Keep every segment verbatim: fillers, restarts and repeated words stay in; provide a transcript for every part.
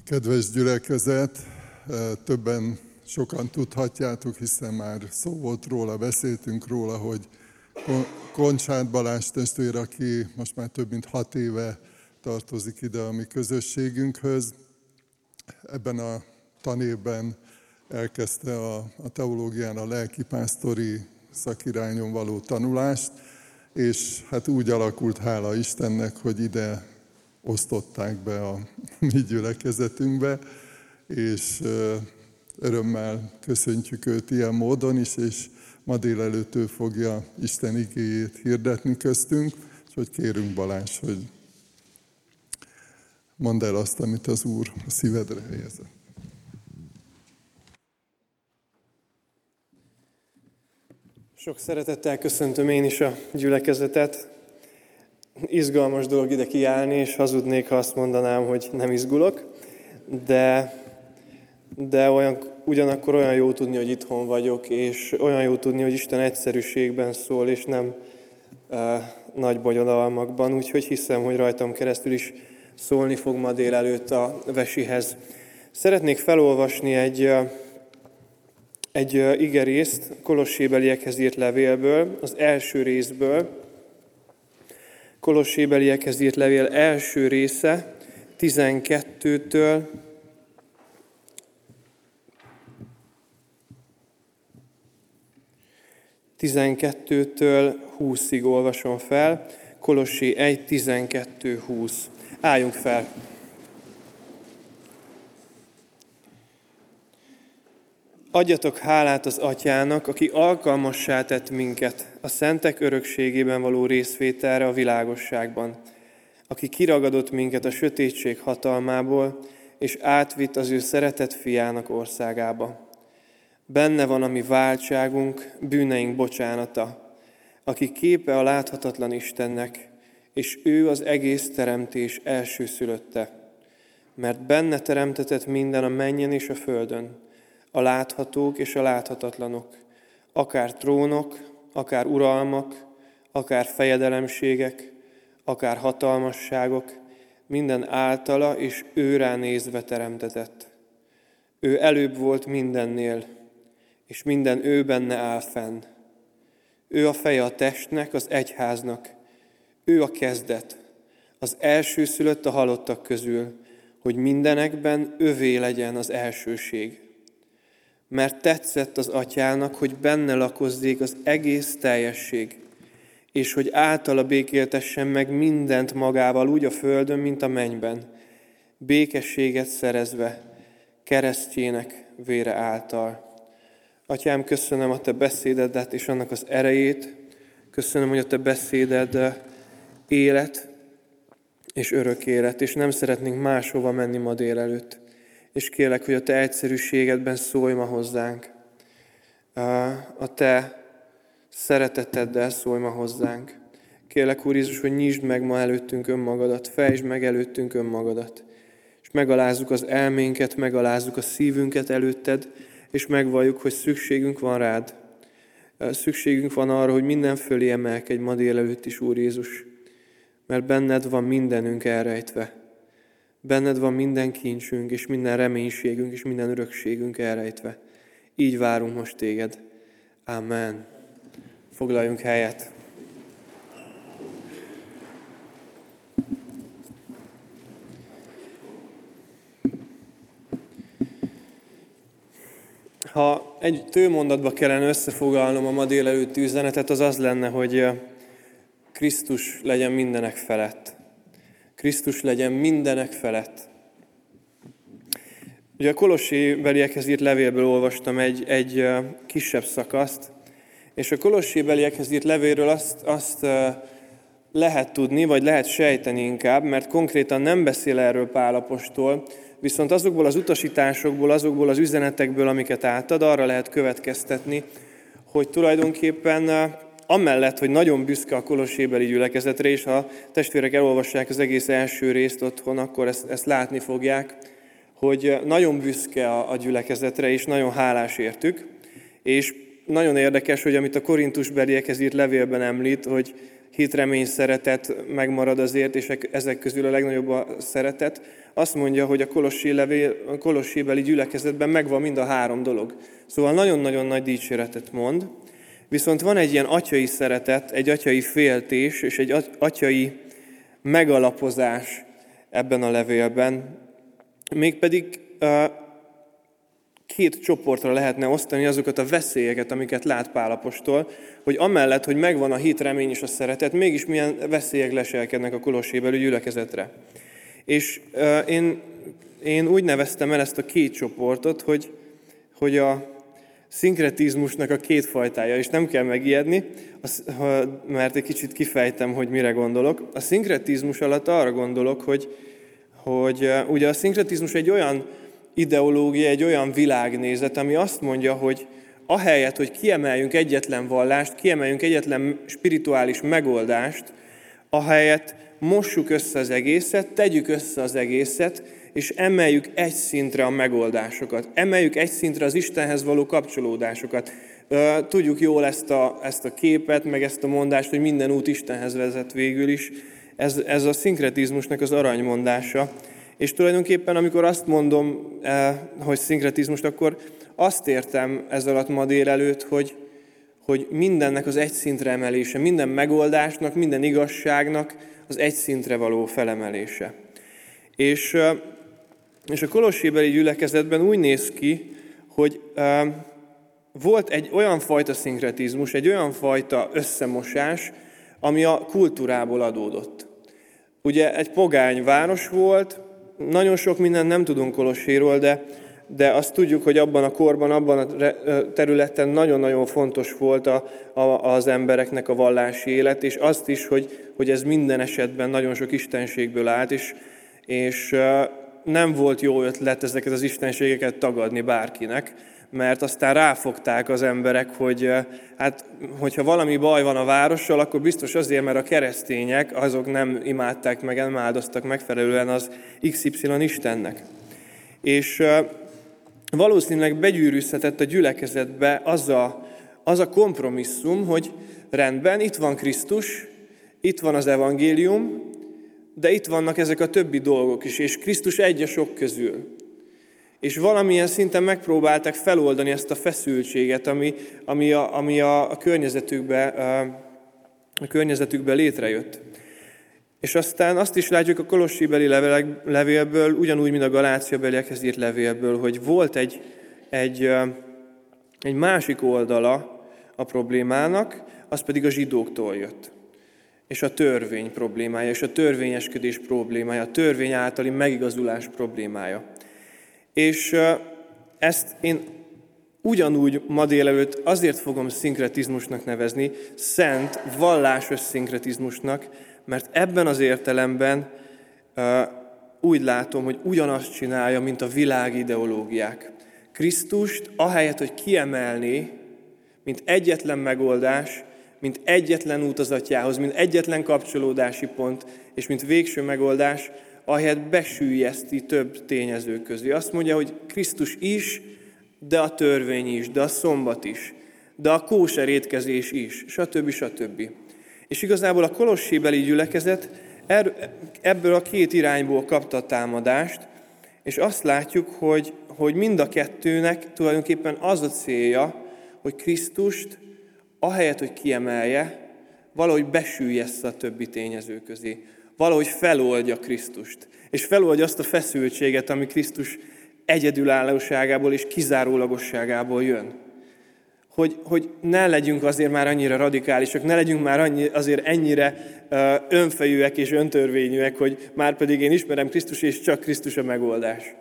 Kedves gyülekezet, többen sokan tudhatjátok, hiszen már szó volt róla, beszéltünk róla, hogy Koncsát Balázs testvér, aki most már több mint hat éve tartozik ide a mi közösségünkhöz, ebben a tanévben elkezdte a, a teológián a lelkipásztori szakirányon való tanulást, és hát úgy alakult, hála Istennek, hogy ide osztották be a mi gyülekezetünkbe, és örömmel köszöntjük őt ilyen módon is, és ma délelőtt ő fogja Isten igéjét hirdetni köztünk, és hogy kérünk Balázs, hogy mondd el azt, amit az Úr a szívedre helyezett. Sok szeretettel köszöntöm én is a gyülekezetet. Izgalmas dolog ide kiállni, és hazudnék, ha azt mondanám, hogy nem izgulok, de, de olyan, ugyanakkor olyan jó tudni, hogy itthon vagyok, és olyan jó tudni, hogy Isten egyszerűségben szól, és nem e, nagy bonyodalmakban, úgyhogy hiszem, hogy rajtam keresztül is szólni fog ma délelőtt a vesihez. Szeretnék felolvasni egy, egy igerészt Kolossébeliekhez írt levélből, az első részből. Kolossébeliekhez írt levél első része, tizenkettőtől tizenkettőtől húszig olvasom fel. Kolossé egy, tizenkettő, húsz. Álljunk fel! Adjatok hálát az Atyának, aki alkalmassá tett minket a szentek örökségében való részvételre a világosságban, aki kiragadott minket a sötétség hatalmából, és átvitt az ő szeretett fiának országába. Benne van a mi váltságunk, bűneink bocsánata, aki képe a láthatatlan Istennek, és ő az egész teremtés elsőszülötte. Mert benne teremtetett minden a mennyen és a földön, a láthatók és a láthatatlanok, akár trónok, akár uralmak, akár fejedelemségek, akár hatalmasságok, minden általa és őrá nézve teremtetett. Ő előbb volt mindennél, és minden ő benne áll fenn. Ő a feje a testnek, az egyháznak. Ő a kezdet, az elsőszülött a halottak közül, hogy mindenekben övé legyen az elsőség. Mert tetszett az Atyának, hogy benne lakozzék az egész teljesség, és hogy általa békéltessen meg mindent magával úgy a földön, mint a mennyben, békességet szerezve keresztjének vére által. Atyám, köszönöm a Te beszédedet és annak az erejét, köszönöm, hogy a Te beszéded élet és örök élet, és nem szeretnénk máshova menni ma délelőtt. És kérlek, hogy a Te egyszerűségedben szólj ma hozzánk. A Te szereteteddel szólj ma hozzánk. Kérlek, Úr Jézus, hogy nyisd meg ma előttünk önmagadat, fejtsd meg előttünk önmagadat. És megalázzuk az elménket, megalázzuk a szívünket előtted, és megvalljuk, hogy szükségünk van rád. Szükségünk van arra, hogy minden fölé emelkedj ma délelőtt is, Úr Jézus, mert benned van mindenünk elrejtve. Benned van minden kincsünk, és minden reménységünk, és minden örökségünk elrejtve. Így várunk most téged. Amen. Foglaljunk helyet. Ha egy tőmondatba kellene összefoglalnom a ma délelőtti üzenetet, az az lenne, hogy Krisztus legyen mindenek felett. Krisztus legyen mindenek felett. Ugye a Kolossébeliekhez írt levélből olvastam egy, egy kisebb szakaszt, és a Kolossébeliekhez írt levélről azt, azt lehet tudni, vagy lehet sejteni inkább, mert konkrétan nem beszél erről Pál apostol, viszont azokból az utasításokból, azokból az üzenetekből, amiket átad, arra lehet következtetni, hogy tulajdonképpen amellett, hogy nagyon büszke a kolossébeli gyülekezetre, és ha a testvérek elolvassák az egész első részt otthon, akkor ezt, ezt látni fogják, hogy nagyon büszke a, a gyülekezetre, és nagyon hálás értük. És nagyon érdekes, hogy amit a korintusbeliekhez írt levélben említ, hogy hit, remény, szeretet megmarad azért, és ezek közül a legnagyobb a szeretet. Azt mondja, hogy a kolossi levél, a kolossébeli gyülekezetben megvan mind a három dolog. Szóval nagyon-nagyon nagy dicséretet mond. Viszont van egy ilyen atyai szeretet, egy atyai féltés, és egy atyai megalapozás ebben a levélben. Mégpedig két csoportra lehetne osztani azokat a veszélyeket, amiket lát Pál apostol, hogy amellett, hogy megvan a hit, remény és a szeretet, mégis milyen veszélyek leselkednek a kolossébeli gyülekezetre. És uh, én, én úgy neveztem el ezt a két csoportot, hogy, hogy a szinkretizmusnak a két fajtája, és nem kell megijedni, mert egy kicsit kifejtem, hogy mire gondolok. A szinkretizmus alatt arra gondolok, hogy, hogy uh, ugye a szinkretizmus egy olyan ideológia, egy olyan világnézet, ami azt mondja, hogy ahelyett, hogy kiemeljünk egyetlen vallást, kiemeljünk egyetlen spirituális megoldást, ahelyett mossuk össze az egészet, tegyük össze az egészet, és emeljük egy szintre a megoldásokat. Emeljük egy szintre az Istenhez való kapcsolódásokat. Tudjuk jól ezt a, ezt a képet, meg ezt a mondást, hogy minden út Istenhez vezet végül is. Ez, ez a szinkretizmusnak az aranymondása. És tulajdonképpen, amikor azt mondom, hogy szinkretizmust, akkor azt értem ez alatt ma délelőtt, hogy, hogy mindennek az egy szintre emelése, minden megoldásnak, minden igazságnak az egy szintre való felemelése. És, és a kolossébeli gyülekezetben úgy néz ki, hogy volt egy olyan fajta szinkretizmus, egy olyan fajta összemosás, ami a kultúrából adódott. Ugye egy pogány város volt, nagyon sok mindent nem tudunk Kolosséről, de, de azt tudjuk, hogy abban a korban, abban a területen nagyon-nagyon fontos volt a, a, az embereknek a vallási élet, és azt is, hogy, hogy ez minden esetben nagyon sok istenségből állt, és, és nem volt jó ötlet ezeket az istenségeket tagadni bárkinek, mert aztán ráfogták az emberek, hogy hát, hogyha valami baj van a várossal, akkor biztos azért, mert a keresztények, azok nem imádták meg, nem áldoztak megfelelően az iksz ipszilon Istennek. És valószínűleg begyűrűzhetett a gyülekezetbe az a, az a kompromisszum, hogy rendben, itt van Krisztus, itt van az evangélium, de itt vannak ezek a többi dolgok is, és Krisztus egy a sok közül. És valamilyen szinten megpróbálták feloldani ezt a feszültséget, ami, ami, a, ami a, a, környezetükbe, a környezetükbe létrejött. És aztán azt is látjuk a kolossébeli levélből, ugyanúgy, mint a galáciabeliekhez írt levélből, hogy volt egy, egy, egy másik oldala a problémának, az pedig a zsidóktól jött. És a törvény problémája, és a törvényeskedés problémája, a törvény általi megigazulás problémája. És ezt én ugyanúgy ma délelőtt azért fogom szinkretizmusnak nevezni, szent, vallásos szinkretizmusnak, mert ebben az értelemben úgy látom, hogy ugyanazt csinálja, mint a világ ideológiák. Krisztust ahelyett, hogy kiemelni, mint egyetlen megoldás, mint egyetlen út az Atyához, mint egyetlen kapcsolódási pont, és mint végső megoldás, ahelyett besüllyeszti több tényező közé. Azt mondja, hogy Krisztus is, de a törvény is, de a szombat is, de a kóser étkezés is, stb. stb. És igazából a kolossébeli gyülekezet ebből a két irányból kapta a támadást, és azt látjuk, hogy, hogy mind a kettőnek tulajdonképpen az a célja, hogy Krisztust ahelyett, hogy kiemelje, valahogy besüllyessze a többi tényező közé. Valahogy feloldja Krisztust, és feloldja azt a feszültséget, ami Krisztus egyedülállóságából és kizárólagosságából jön. Hogy, hogy ne legyünk azért már annyira radikálisak, ne legyünk már annyi, azért ennyire uh, önfejűek és öntörvényűek, hogy már pedig én ismerem Krisztus, és csak Krisztus a megoldás.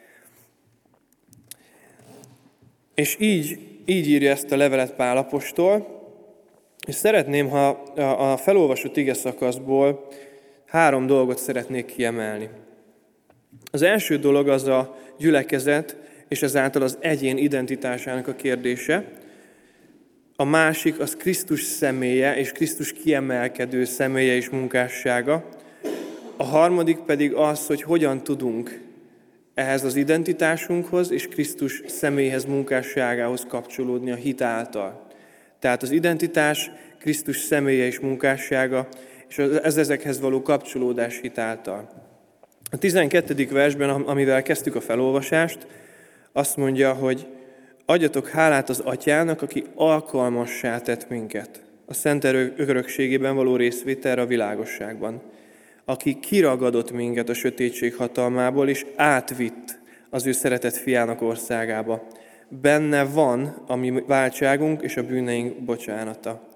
És így, így írja ezt a levelet Pál apostol, és szeretném, ha a felolvasott ige szakaszból három dolgot szeretnék kiemelni. Az első dolog az a gyülekezet, és ezáltal az egyén identitásának a kérdése. A másik az Krisztus személye, és Krisztus kiemelkedő személye és munkássága. A harmadik pedig az, hogy hogyan tudunk ehhez az identitásunkhoz és Krisztus személyhez, munkásságához kapcsolódni a hit által. Tehát az identitás Krisztus személye és munkássága, és ez ezekhez való kapcsolódás hitáltal. A tizenkettedik versben, amivel kezdtük a felolvasást, azt mondja, hogy adjatok hálát az Atyának, aki alkalmassá tett minket a szent örökségében való részvételre a világosságban, aki kiragadott minket a sötétség hatalmából, és átvitt az ő szeretett fiának országába. Benne van a mi váltságunk és a bűneink bocsánata.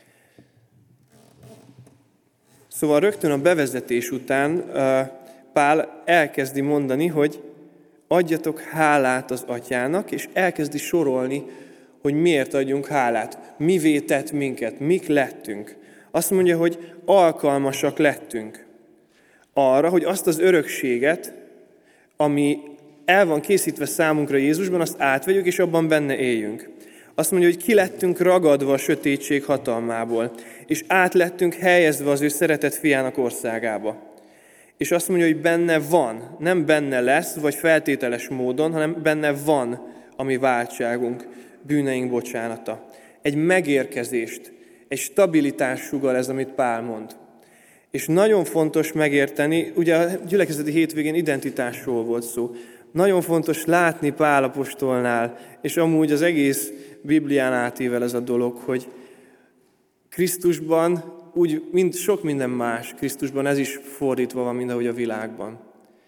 Szóval rögtön a bevezetés után Pál elkezdi mondani, hogy adjatok hálát az Atyának, és elkezdi sorolni, hogy miért adjunk hálát, mivé tett minket, mik lettünk. Azt mondja, hogy alkalmasak lettünk arra, hogy azt az örökséget, ami el van készítve számunkra Jézusban, azt átvegyük, és abban benne éljünk. Azt mondja, hogy ki lettünk ragadva a sötétség hatalmából, és át lettünk helyezve az ő szeretett fiának országába. És azt mondja, hogy benne van, nem benne lesz, vagy feltételes módon, hanem benne van a mi váltságunk, bűneink bocsánata. Egy megérkezést, egy stabilitás sugall ez, amit Pál mond. És nagyon fontos megérteni, ugye a gyülekezeti hétvégén identitásról volt szó. Nagyon fontos látni Pál apostolnál, és amúgy az egész Biblián átível ez a dolog, hogy Krisztusban, úgy, mint sok minden más, Krisztusban ez is fordítva van, mint ahogy a világban.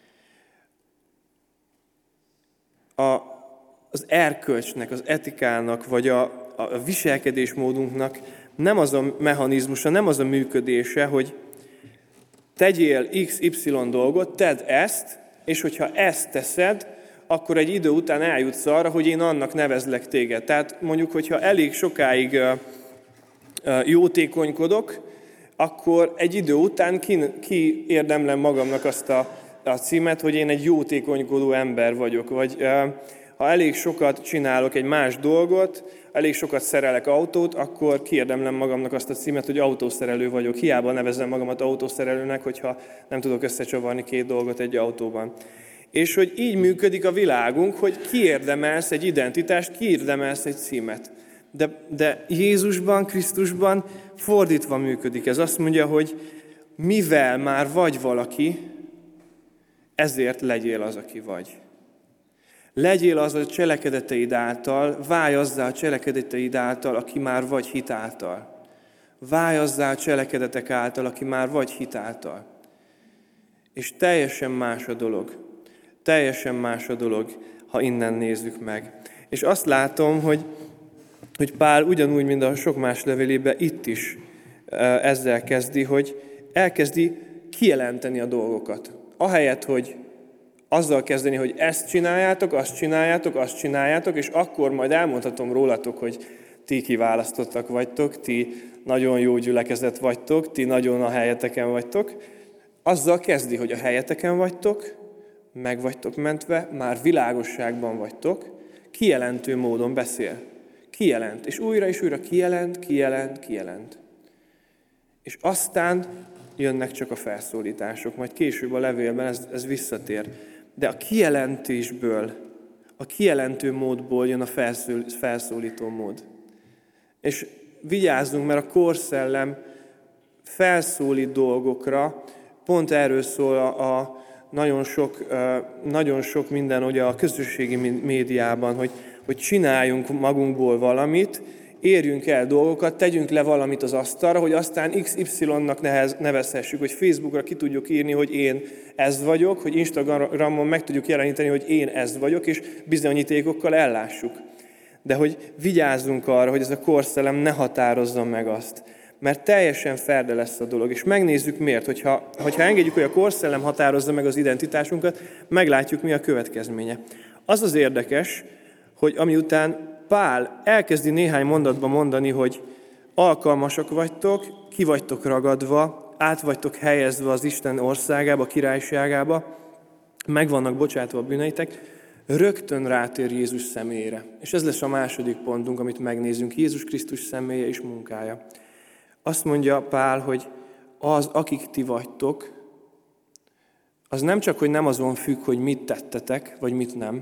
A, az erkölcsnek, az etikának, vagy a, a viselkedésmódunknak nem az a mechanizmusa, nem az a működése, hogy tegyél iksz ipszilon dolgot, tedd ezt, és hogyha ezt teszed, akkor egy idő után eljutsz arra, hogy én annak nevezlek téged. Tehát mondjuk, hogyha elég sokáig jótékonykodok, akkor egy idő után ki, ki érdemlem magamnak azt a, a címet, hogy én egy jótékonykodó ember vagyok. Vagy ha elég sokat csinálok egy más dolgot, elég sokat szerelek autót, akkor kiérdemlem magamnak azt a címet, hogy autószerelő vagyok. Hiába nevezem magamat autószerelőnek, hogyha nem tudok összecsavarni két dolgot egy autóban. És hogy így működik a világunk, hogy kiérdemelsz egy identitást, kiérdemelsz egy címet. De, de Jézusban, Krisztusban fordítva működik. Ez azt mondja, hogy mivel már vagy valaki, ezért legyél az, aki vagy. Legyél az a cselekedeteid által, válj azzá a cselekedeteid által, aki már vagy hit által. Válj azzá a cselekedetek által, aki már vagy hit által. És teljesen más a dolog. Teljesen más a dolog, ha innen nézzük meg. És azt látom, hogy, hogy Pál ugyanúgy, mint a sok más levélében itt is ezzel kezdi, hogy elkezdi kijelenteni a dolgokat. Ahelyett, hogy azzal kezdeni, hogy ezt csináljátok, azt csináljátok, azt csináljátok, és akkor majd elmondhatom rólatok, hogy ti kiválasztottak vagytok, ti nagyon jó gyülekezet vagytok, ti nagyon a helyeteken vagytok. Azzal kezdi, hogy a helyeteken vagytok, meg vagytok mentve, már világosságban vagytok, kijelentő módon beszél. Kijelent, és újra és újra kijelent, kijelent, kijelent. És aztán jönnek csak a felszólítások, majd később a levélben ez, ez visszatér. De a kijelentésből, a kijelentő módból jön a felszól, felszólító mód. És vigyázzunk, mert a korszellem felszólít dolgokra, pont erről szól a, a nagyon, sok, nagyon sok minden ugye a közösségi médiában, hogy, hogy csináljunk magunkból valamit, érjünk el dolgokat, tegyünk le valamit az asztalra, hogy aztán iksz ipszilonnak nevezhessük, hogy Facebookra ki tudjuk írni, hogy én ez vagyok, hogy Instagramon meg tudjuk jeleníteni, hogy én ez vagyok, és bizonyítékokkal ellássuk. De hogy vigyázzunk arra, hogy ez a korszellem ne határozza meg azt. Mert teljesen ferde lesz a dolog. És megnézzük miért. Hogyha, hogyha engedjük, hogy a korszellem határozza meg az identitásunkat, meglátjuk, mi a következménye. Az az érdekes, hogy amiután Pál elkezdi néhány mondatban mondani, hogy alkalmasak vagytok, ki vagytok ragadva, át vagytok helyezve az Isten országába, királyságába, meg vannak bocsátva a bűneitek, rögtön rátér Jézus személyére. És ez lesz a második pontunk, amit megnézzünk, Jézus Krisztus személye és munkája. Azt mondja Pál, hogy az, akik ti vagytok, az nem csak, hogy nem azon függ, hogy mit tettetek, vagy mit nem,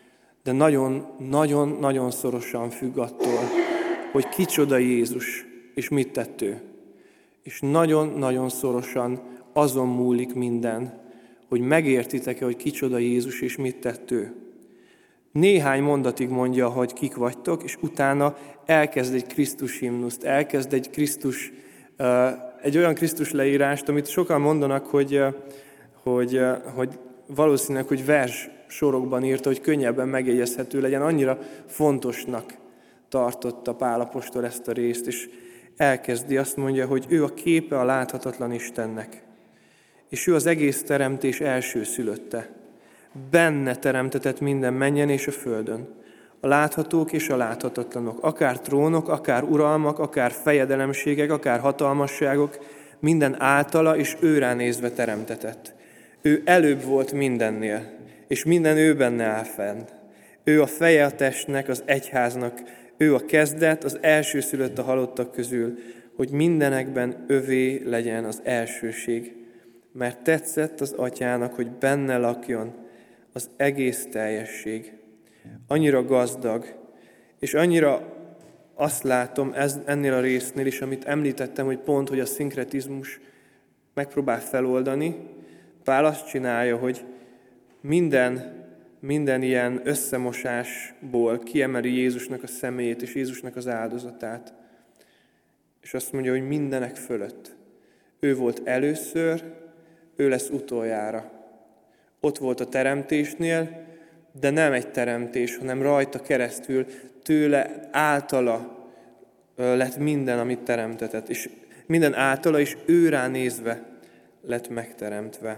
de nagyon-nagyon-nagyon szorosan függ attól, hogy kicsoda Jézus, és mit tett ő. És nagyon-nagyon szorosan azon múlik minden, hogy megértitek-e, hogy kicsoda Jézus, és mit tett ő. Néhány mondatig mondja, hogy kik vagytok, és utána elkezd egy Krisztus himnuszt, elkezd egy Krisztus, egy olyan Krisztus leírást, amit sokan mondanak, hogy, hogy, hogy valószínűleg, hogy vers sorokban írta, hogy könnyebben megjegyezhető legyen. Annyira fontosnak tartotta Pál apostol ezt a részt, és elkezdi, azt mondja, hogy ő a képe a láthatatlan Istennek, és ő az egész teremtés elsőszülötte. Benne teremtetett minden mennyen és a földön, a láthatók és a láthatatlanok, akár trónok, akár uralmak, akár fejedelemségek, akár hatalmasságok, minden általa és őrá nézve teremtetett. Ő előbb volt mindennél, és minden ő benne áll fenn. Ő a feje a testnek, az egyháznak, ő a kezdet, az elsőszülött a halottak közül, hogy mindenekben övé legyen az elsőség. Mert tetszett az atyának, hogy benne lakjon az egész teljesség. Annyira gazdag, és annyira azt látom ez, ennél a résznél is, amit említettem, hogy pont, hogy a szinkretizmus megpróbál feloldani. Pál azt csinálja, hogy minden, minden ilyen összemosásból kiemeli Jézusnak a személyét és Jézusnak az áldozatát. És azt mondja, hogy mindenek fölött. Ő volt először, ő lesz utoljára. Ott volt a teremtésnél, de nem egy teremtés, hanem rajta keresztül, tőle, általa lett minden, amit teremtetett. És minden általa is ő rá nézve lett megteremtve.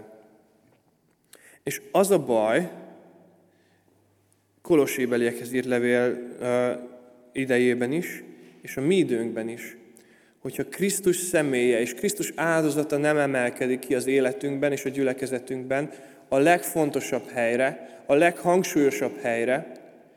És az a baj, Kolossébeliekhez írt levél idejében is, és a mi időnkben is, hogyha Krisztus személye és Krisztus áldozata nem emelkedik ki az életünkben és a gyülekezetünkben a legfontosabb helyre, a leghangsúlyosabb helyre,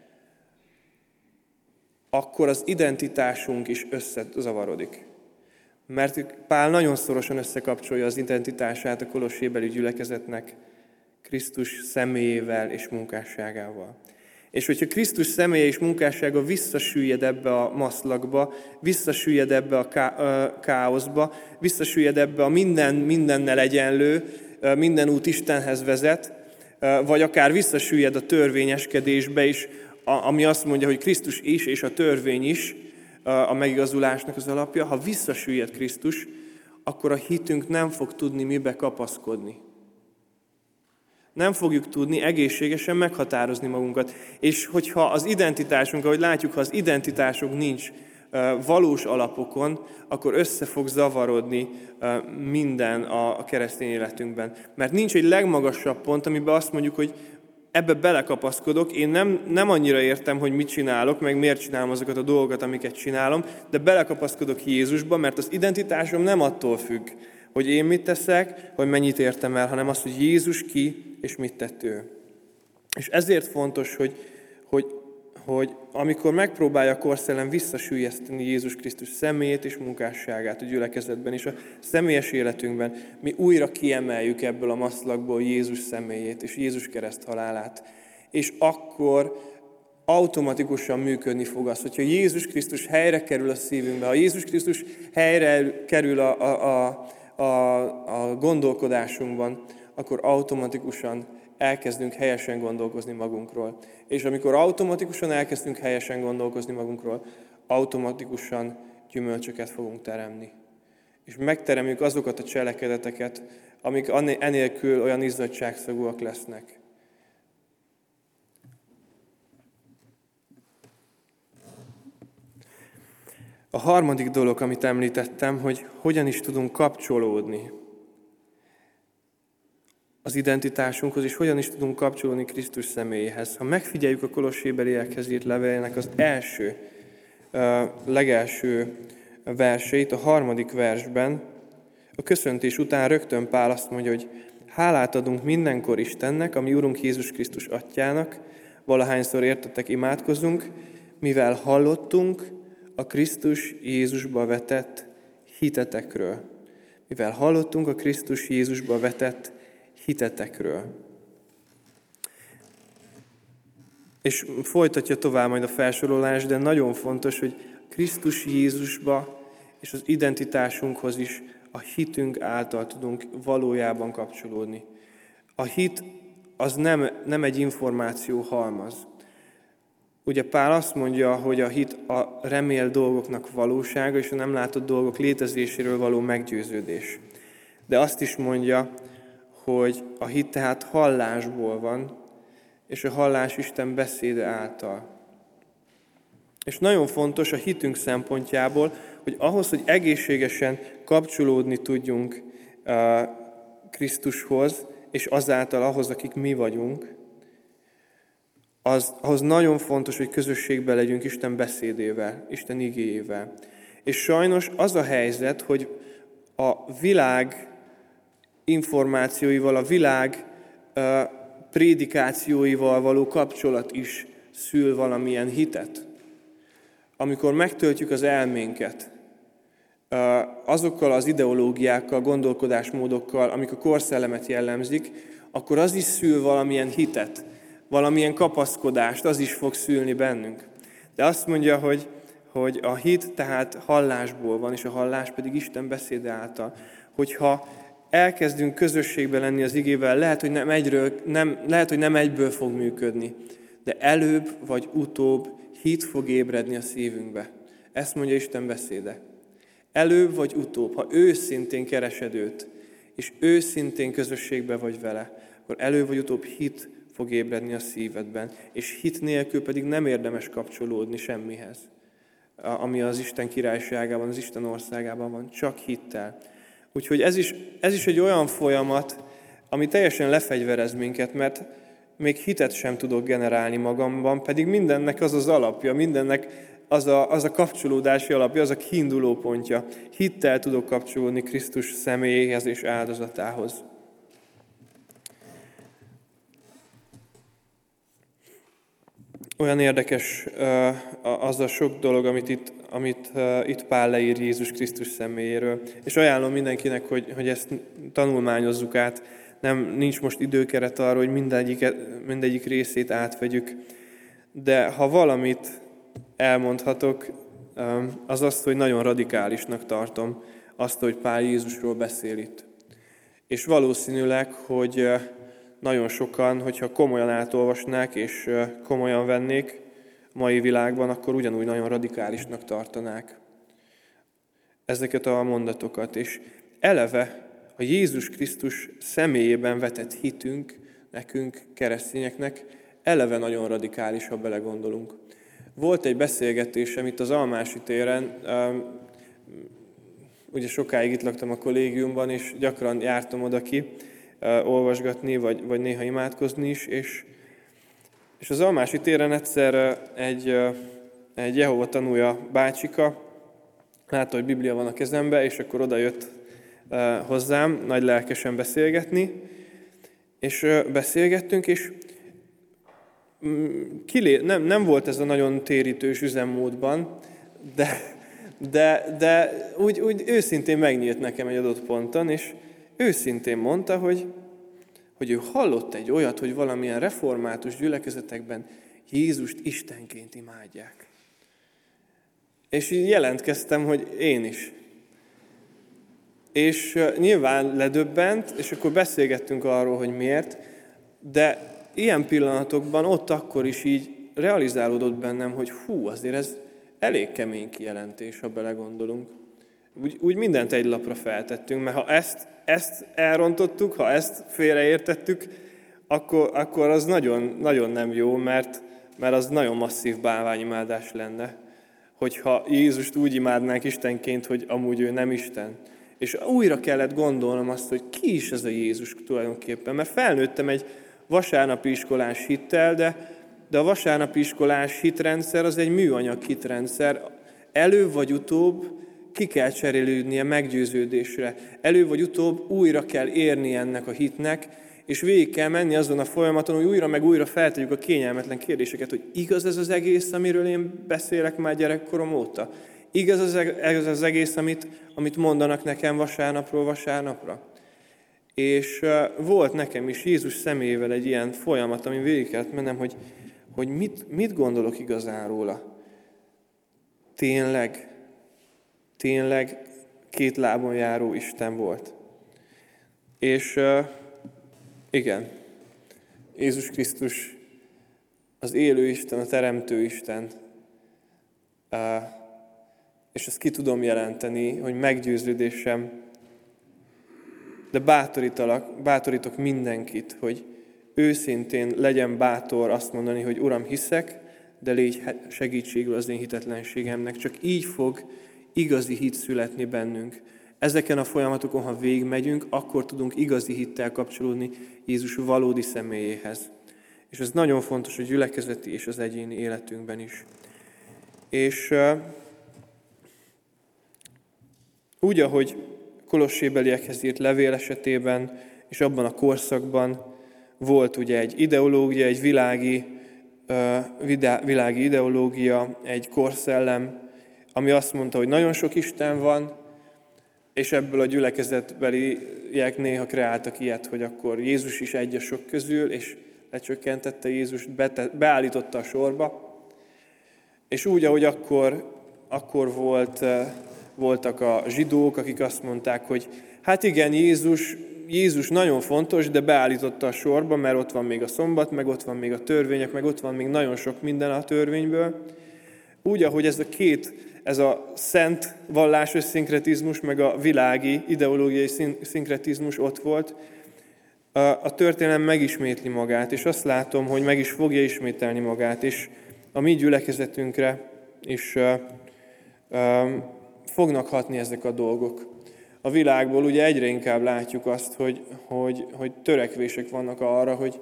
akkor az identitásunk is összezavarodik. Mert Pál nagyon szorosan összekapcsolja az identitását a kolossébeli gyülekezetnek Krisztus személyével és munkásságával. És hogyha Krisztus személye és munkássága visszasüllyed ebbe a maszlakba, visszasüllyed ebbe a káoszba, visszasüllyed ebbe a minden mindennel egyenlő, minden út Istenhez vezet, vagy akár visszasüllyed a törvényeskedésbe is, ami azt mondja, hogy Krisztus is és a törvény is a megigazulásnak az alapja. Ha visszasüllyed Krisztus, akkor a hitünk nem fog tudni mibe kapaszkodni. Nem fogjuk tudni egészségesen meghatározni magunkat. És hogyha az identitásunk, ahogy látjuk, ha az identitásunk nincs valós alapokon, akkor össze fog zavarodni minden a keresztény életünkben. Mert nincs egy legmagasabb pont, amiben azt mondjuk, hogy ebbe belekapaszkodok, én nem, nem annyira értem, hogy mit csinálok, meg miért csinálom azokat a dolgokat, amiket csinálom, de belekapaszkodok Jézusba, mert az identitásom nem attól függ, hogy én mit teszek, hogy mennyit értem el, hanem az, hogy Jézus ki, és mit tett ő. És ezért fontos, hogy, hogy, hogy amikor megpróbálja a korszellem visszasüllyeszteni Jézus Krisztus személyét és munkásságát a gyülekezetben és a személyes életünkben, mi újra kiemeljük ebből a maszlakból Jézus személyét és Jézus kereszt halálát. És akkor automatikusan működni fog az, hogyha Jézus Krisztus helyre kerül a szívünkbe, ha Jézus Krisztus helyre kerül a, a, a, a, a gondolkodásunkban, akkor automatikusan elkezdünk helyesen gondolkozni magunkról. És amikor automatikusan elkezdünk helyesen gondolkozni magunkról, automatikusan gyümölcsöket fogunk teremni. És megteremjük azokat a cselekedeteket, amik enélkül olyan izzadságszagúak lesznek. A harmadik dolog, amit említettem, hogy hogyan is tudunk kapcsolódni az identitásunkhoz, és hogyan is tudunk kapcsolódni Krisztus személyéhez. Ha megfigyeljük a Kolossébeliekhez írt levélnek az első, legelső verseit, a harmadik versben, a köszöntés után rögtön Pál azt mondja, hogy hálát adunk mindenkor Istennek, ami Urunk Jézus Krisztus Atyának, valahányszor értetek imádkozunk, mivel hallottunk a Krisztus Jézusba vetett hitetekről. Mivel hallottunk a Krisztus Jézusba vetett hitetekről. És folytatja tovább majd a felsorolás, de nagyon fontos, hogy Krisztus Jézusba és az identitásunkhoz is a hitünk által tudunk valójában kapcsolódni. A hit az nem, nem egy információ halmaz. Ugye Pál azt mondja, hogy a hit a remélt dolgoknak valósága, és a nem látott dolgok létezéséről való meggyőződés. De azt is mondja, hogy a hit tehát hallásból van, és a hallás Isten beszéde által. És nagyon fontos a hitünk szempontjából, hogy ahhoz, hogy egészségesen kapcsolódni tudjunk uh, Krisztushoz, és azáltal ahhoz, akik mi vagyunk, az, ahhoz nagyon fontos, hogy közösségben legyünk Isten beszédével, Isten igéjével. És sajnos az a helyzet, hogy a világ információival, a világ uh, prédikációival való kapcsolat is szül valamilyen hitet. Amikor megtöltjük az elménket uh, azokkal az ideológiákkal, gondolkodásmódokkal, amik a korszellemet jellemzik, akkor az is szül valamilyen hitet, valamilyen kapaszkodást, az is fog szülni bennünk. De azt mondja, hogy, hogy a hit tehát hallásból van, és a hallás pedig Isten beszéde által. Hogyha elkezdünk közösségben lenni az igével, lehet, hogy nem, egyről, nem, lehet, hogy nem egyből fog működni, de előbb vagy utóbb hit fog ébredni a szívünkbe. Ezt mondja Isten beszéde. Előbb vagy utóbb, ha őszintén keresed őt, és őszintén közösségben vagy vele, akkor előbb vagy utóbb hit fog ébredni a szívedben, és hit nélkül pedig nem érdemes kapcsolódni semmihez, ami az Isten királyságában, az Isten országában van, csak hittel. Úgyhogy ez is, ez is egy olyan folyamat, ami teljesen lefegyverez minket, mert még hitet sem tudok generálni magamban, pedig mindennek az az alapja, mindennek az a, az a kapcsolódási alapja, az a kiinduló pontja. Hittel tudok kapcsolódni Krisztus személyéhez és áldozatához. Olyan érdekes az a sok dolog, amit itt, amit itt Pál leír Jézus Krisztus személyéről. És ajánlom mindenkinek, hogy, hogy ezt tanulmányozzuk át. Nem, nincs most időkeret arra, hogy mindegyik, mindegyik részét átvegyük. De ha valamit elmondhatok, az azt, hogy nagyon radikálisnak tartom azt, hogy Pál Jézusról beszél itt. És valószínűleg, hogy nagyon sokan, hogyha komolyan átolvasnák és komolyan vennék a mai világban, akkor ugyanúgy nagyon radikálisnak tartanák ezeket a mondatokat. És eleve a Jézus Krisztus személyében vetett hitünk, nekünk, keresztényeknek, eleve nagyon radikális, ha belegondolunk. Volt egy beszélgetésem itt az Almási téren, ugye sokáig itt laktam a kollégiumban, és gyakran jártam oda ki, olvasgatni, vagy, vagy néha imádkozni is, és, és az Almási téren egyszer egy, egy Jehova tanúja bácsika látta, hogy Biblia van a kezembe, és akkor oda jött hozzám nagy lelkesen beszélgetni, és beszélgettünk, és kilé, nem, nem volt ez a nagyon térítős üzemmódban, de, de, de úgy, úgy őszintén megnyílt nekem egy adott ponton, és őszintén mondta, hogy, hogy ő hallott egy olyat, hogy valamilyen református gyülekezetekben Jézust istenként imádják. És így jelentkeztem, hogy én is. És nyilván ledöbbent, és akkor beszélgettünk arról, hogy miért, de ilyen pillanatokban ott akkor is így realizálódott bennem, hogy hú, azért ez elég kemény kijelentés, ha belegondolunk. Úgy, úgy mindent egy lapra feltettünk, mert ha ezt, ezt elrontottuk, ha ezt félreértettük, akkor, akkor az nagyon, nagyon nem jó, mert, mert az nagyon masszív bálványimádás lenne, hogyha Jézust úgy imádnánk Istenként, hogy amúgy ő nem Isten. És újra kellett gondolnom azt, hogy ki is ez a Jézus tulajdonképpen, mert felnőttem egy vasárnapi iskolás hittel, de, de a vasárnapi iskolás hitrendszer az egy műanyag hitrendszer. Előbb vagy utóbb ki kell cserélődnie meggyőződésre. Előbb vagy utóbb újra kell érni ennek a hitnek, és végig kell menni azon a folyamaton, hogy újra meg újra feltegyük a kényelmetlen kérdéseket, hogy igaz ez az egész, amiről én beszélek már gyerekkorom óta? Igaz az, ez az egész, amit, amit mondanak nekem vasárnapról vasárnapra? És uh, volt nekem is Jézus személyével egy ilyen folyamat, amin végig kellett mennem, hogy, hogy mit, mit gondolok igazán róla. Tényleg, tényleg két lábon járó Isten volt. És uh, igen, Jézus Krisztus az élő Isten, a teremtő Isten. Uh, és ezt ki tudom jelenteni, hogy meggyőződésem, de bátorítalak, bátorítok mindenkit, hogy őszintén legyen bátor azt mondani, hogy Uram, hiszek, de légy segítségül az én hitetlenségemnek. Csak így fog igazi hit születni bennünk. Ezeken a folyamatokon, ha végigmegyünk, akkor tudunk igazi hittel kapcsolódni Jézus valódi személyéhez. És ez nagyon fontos a gyülekezeti és az egyéni életünkben is. És uh, úgy, ahogy Kolossébeliekhez írt levél esetében, és abban a korszakban volt ugye egy ideológia, egy világi, uh, világi ideológia, egy korszellem, ami azt mondta, hogy nagyon sok Isten van, és ebből a gyülekezetbeliek néha kreáltak ilyet, hogy akkor Jézus is egy a sok közül, és lecsökkentette Jézust, beállította a sorba. És úgy, ahogy akkor, akkor volt, voltak a zsidók, akik azt mondták, hogy hát igen, Jézus, Jézus nagyon fontos, de beállította a sorba, mert ott van még a szombat, meg ott van még a törvények, meg ott van még nagyon sok minden a törvényből. Úgy, ahogy ez a két, ez a szent vallásos szinkretizmus, meg a világi ideológiai szinkretizmus ott volt, a történelem megismétli magát, és azt látom, hogy meg is fogja ismételni magát, és a mi gyülekezetünkre is uh, uh, fognak hatni ezek a dolgok. A világból ugye egyre inkább látjuk azt, hogy, hogy, hogy törekvések vannak arra, hogy,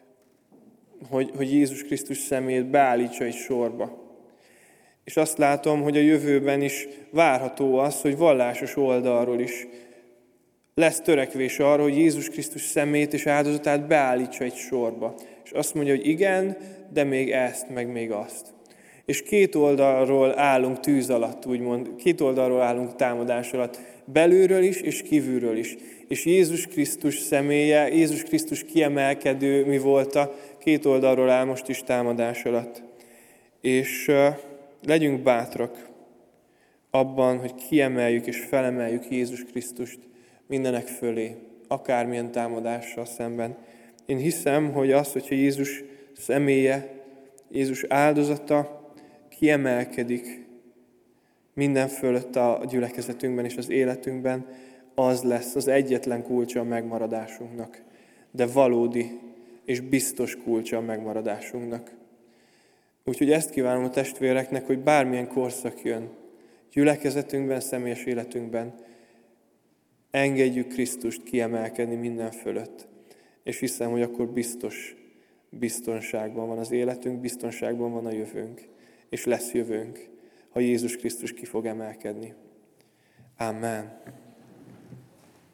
hogy, hogy Jézus Krisztus személyét beállítsa egy sorba. És azt látom, hogy a jövőben is várható az, hogy vallásos oldalról is lesz törekvés arra, hogy Jézus Krisztus szemét és áldozatát beállítsa egy sorba. És azt mondja, hogy igen, de még ezt, meg még azt. És két oldalról állunk tűz alatt, úgymond. Két oldalról állunk támadás alatt. Belülről is, és kívülről is. És Jézus Krisztus személye, Jézus Krisztus kiemelkedő mi volta, két oldalról áll most is támadás alatt. És uh, legyünk bátrak abban, hogy kiemeljük és felemeljük Jézus Krisztust mindenek fölé, akármilyen támadással szemben. Én hiszem, hogy az, hogyha Jézus személye, Jézus áldozata kiemelkedik minden fölött a gyülekezetünkben és az életünkben, az lesz az egyetlen kulcsa a megmaradásunknak, de valódi és biztos kulcsa a megmaradásunknak. Úgyhogy ezt kívánom a testvéreknek, hogy bármilyen korszak jön, gyülekezetünkben, személyes életünkben, engedjük Krisztust kiemelkedni minden fölött. És hiszem, hogy akkor biztos, biztonságban van az életünk, biztonságban van a jövőnk. És lesz jövőnk, ha Jézus Krisztus ki fog emelkedni. Amen.